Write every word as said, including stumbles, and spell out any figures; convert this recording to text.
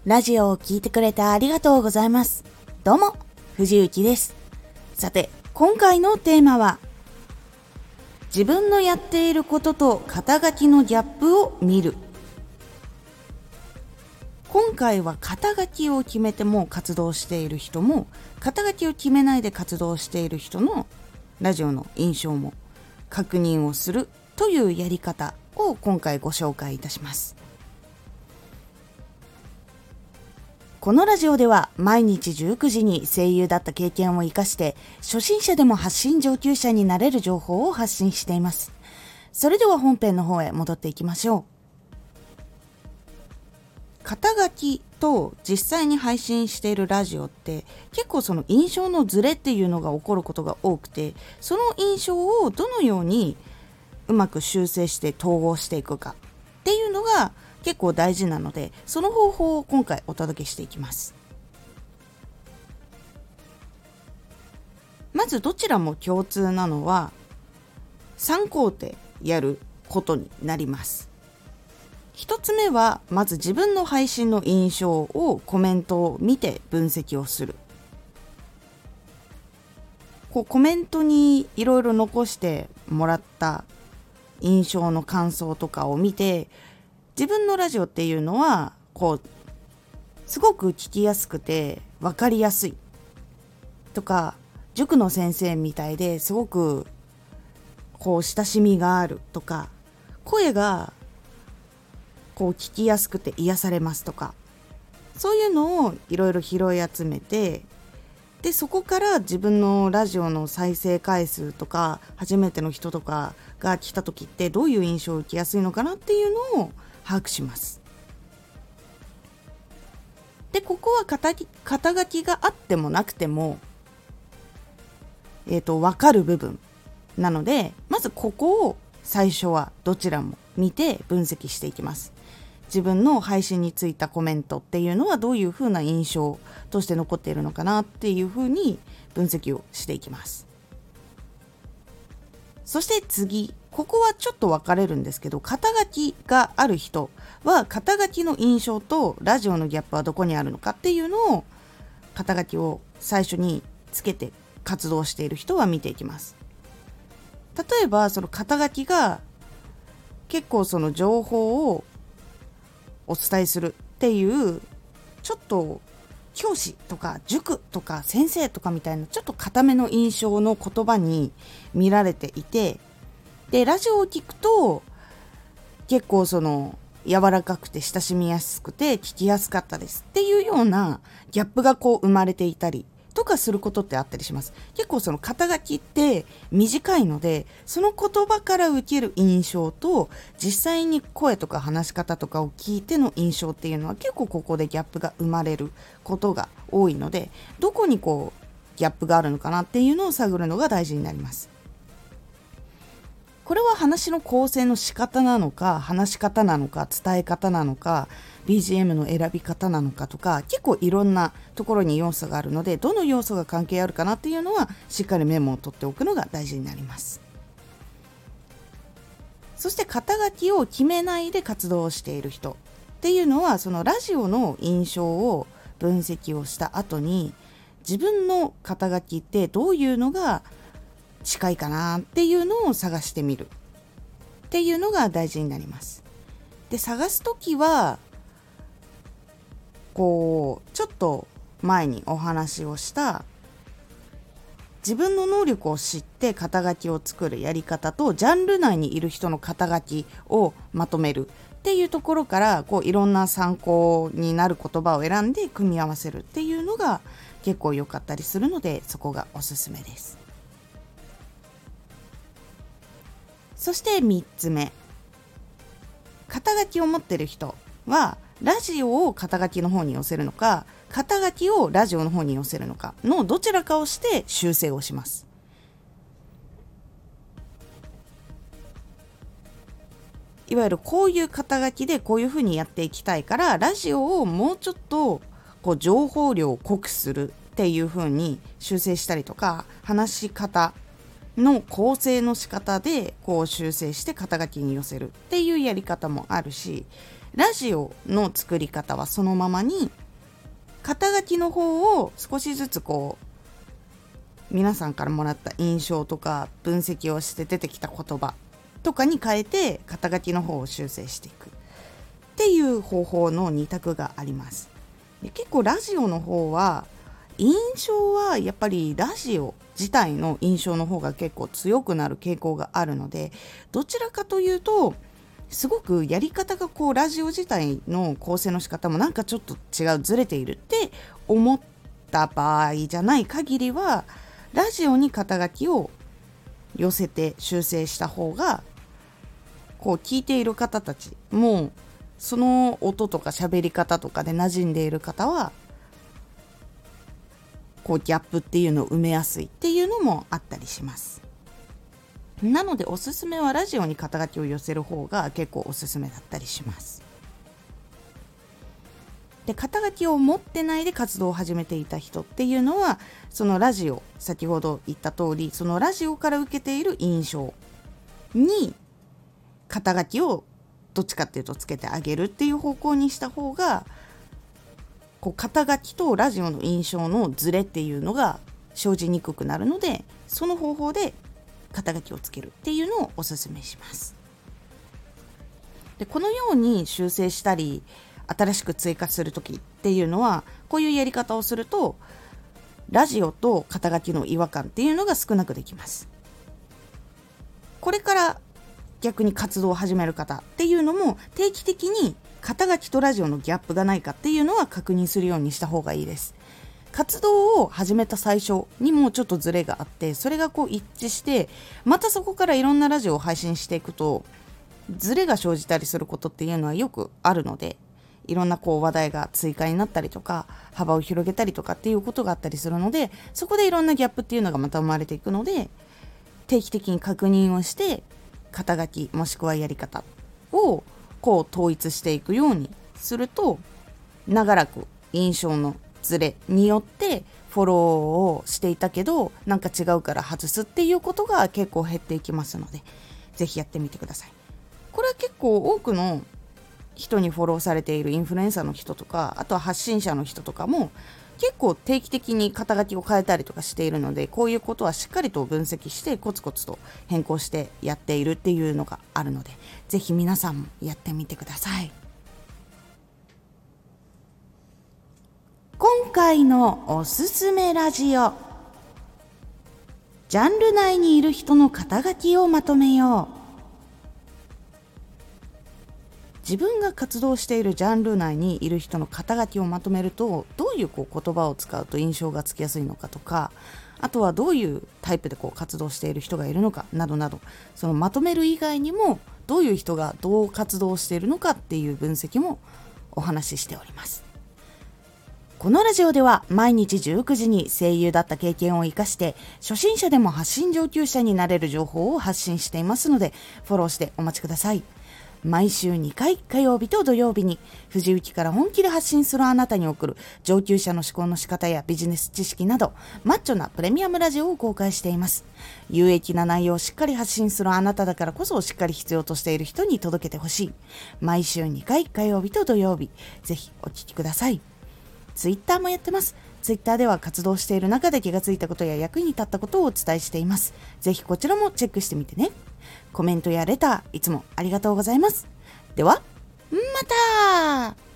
ラジオを聞いてくれてありがとうございます。どうも、藤幸です。さて、今回のテーマは、自分のやっていることと肩書きのギャップを見る。今回は肩書きを決めても活動している人も、肩書きを決めないで活動している人のラジオの印象も確認をするというやり方を今回ご紹介いたします。このラジオでは毎日じゅうくじに声優だった経験を生かして初心者でも発信上級者になれる情報を発信しています。それでは本編の方へ戻っていきましょう。肩書きと実際に配信しているラジオって結構その印象のズレっていうのが起こることが多くて、その印象をどのようにうまく修正して統合していくかっていうのが結構大事なので、その方法を今回お届けしていきます。まずどちらも共通なのはさん工程やることになります。一つ目はまず自分の配信の印象をコメントを見て分析をする。こうコメントにいろいろ残してもらった印象の感想とかを見て、自分のラジオっていうのはこうすごく聞きやすくて分かりやすいとか、塾の先生みたいですごくこう親しみがあるとか、声がこう聞きやすくて癒されますとか、そういうのをいろいろ拾い集めて、でそこから自分のラジオの再生回数とか初めての人とかが来た時ってどういう印象を受けやすいのかなっていうのを把握します。でここは 肩, 肩書きがあってもなくても、えーと、分かる部分なので、まずここを最初はどちらも見て分析していきます。自分の配信についたコメントっていうのはどういうふうな印象として残っているのかなっていうふうに分析をしていきます。そして次、ここはちょっと分かれるんですけど、肩書きがある人は肩書きの印象とラジオのギャップはどこにあるのかっていうのを、肩書きを最初につけて活動している人は見ていきます。例えばその肩書きが結構その情報をお伝えするっていうちょっと教師とか塾とか先生とかみたいなちょっと固めの印象の言葉に見られていて、でラジオを聞くと結構その柔らかくて親しみやすくて聞きやすかったですっていうようなギャップがこう生まれていたりとかすることってあったりします。結構その肩書きって短いので、その言葉から受ける印象と実際に声とか話し方とかを聞いての印象っていうのは結構ここでギャップが生まれることが多いので、どこにこうギャップがあるのかなっていうのを探るのが大事になります。これは話の構成の仕方なのか、話し方なのか、伝え方なのか、ビージーエム の選び方なのかとか、結構いろんなところに要素があるので、どの要素が関係あるかなっていうのはしっかりメモを取っておくのが大事になります。そして肩書きを決めないで活動をしている人っていうのは、そのラジオの印象を分析をした後に、自分の肩書きってどういうのが近いかなっていうのを探してみるっていうのが大事になります。で探すときはこうちょっと前にお話をした自分の能力を知って肩書きを作るやり方と、ジャンル内にいる人の肩書きをまとめるっていうところから、こういろんな参考になる言葉を選んで組み合わせるっていうのが結構良かったりするので、そこがおすすめです。そしてみっつめ、肩書きを持ってる人はラジオを肩書きの方に寄せるのか、肩書きをラジオの方に寄せるのかのどちらかをして修正をします。いわゆるこういう肩書きでこういうふうにやっていきたいから、ラジオをもうちょっとこう情報量を濃くするっていうふうに修正したりとか、話し方の構成の仕方でこう修正して肩書きに寄せるっていうやり方もあるし、 ラジオの作り方はそのままに、肩書きの方を少しずつこう皆さんからもらった印象とか分析をして出てきた言葉とかに変えて肩書きの方を修正していくっていう方法のに択があります。で結構ラジオの方は印象はやっぱりラジオ自体の印象の方が結構強くなる傾向があるので、どちらかというとすごくやり方がこうラジオ自体の構成の仕方もなんかちょっと違う、ずれているって思った場合じゃない限りは、ラジオに肩書きを寄せて修正した方がこう聞いている方たちもその音とか喋り方とかで馴染んでいる方はこうギャップっていうのを埋めやすいっていうのもあったりします。なのでおすすめはラジオに肩書きを寄せる方が結構おすすめだったりします。で肩書きを持ってないで活動を始めていた人っていうのは、そのラジオ、先ほど言った通りそのラジオから受けている印象に肩書きをどっちかっていうとつけてあげるっていう方向にした方が、こう肩書きとラジオの印象のズレっていうのが生じにくくなるので、その方法で肩書きをつけるっていうのをおすすめします。でこのように修正したり新しく追加するときっていうのは、こういうやり方をするとラジオと肩書きの違和感っていうのが少なくできます。これから逆に活動を始める方っていうのも定期的に肩書きとラジオのギャップがないかっていうのは確認するようにした方がいいです。活動を始めた最初にもちょっとズレがあって、それがこう一致してまたそこからいろんなラジオを配信していくとズレが生じたりすることっていうのはよくあるので、いろんなこう話題が追加になったりとか幅を広げたりとかっていうことがあったりするので、そこでいろんなギャップっていうのがまた生まれていくので、定期的に確認をして肩書きもしくはやり方をこう統一していくようにすると、長らく印象のズレによってフォローをしていたけどなんか違うから外すっていうことが結構減っていきますので、ぜひやってみてください。これは結構多くの人にフォローされているインフルエンサーの人とか、あとは発信者の人とかも結構定期的に肩書きを変えたりとかしているので、こういうことはしっかりと分析してコツコツと変更してやっているっていうのがあるので、ぜひ皆さんもやってみてください。今回のおすすめラジオ、ジャンル内にいる人の肩書きをまとめよう。自分が活動しているジャンル内にいる人の肩書きをまとめると、どういうこう言葉を使うと印象がつきやすいのかとか、あとはどういうタイプでこう活動している人がいるのかなどなど、そのまとめる以外にもどういう人がどう活動しているのかっていう分析もお話ししております。このラジオでは毎日じゅうくじに声優だった経験を生かして初心者でも発信上級者になれる情報を発信していますので、フォローしてお待ちください。毎週にかい、火曜日と土曜日に藤雪から本気で発信するあなたに送る上級者の思考の仕方やビジネス知識などマッチョなプレミアムラジオを公開しています。有益な内容をしっかり発信するあなただからこそしっかり必要としている人に届けてほしい。毎週にかい、火曜日と土曜日、ぜひお聞きください。ツイッターもやってます。ツイッターでは活動している中で気がついたことや役に立ったことをお伝えしています。ぜひこちらもチェックしてみてね。コメントやレターいつもありがとうございます。ではまた。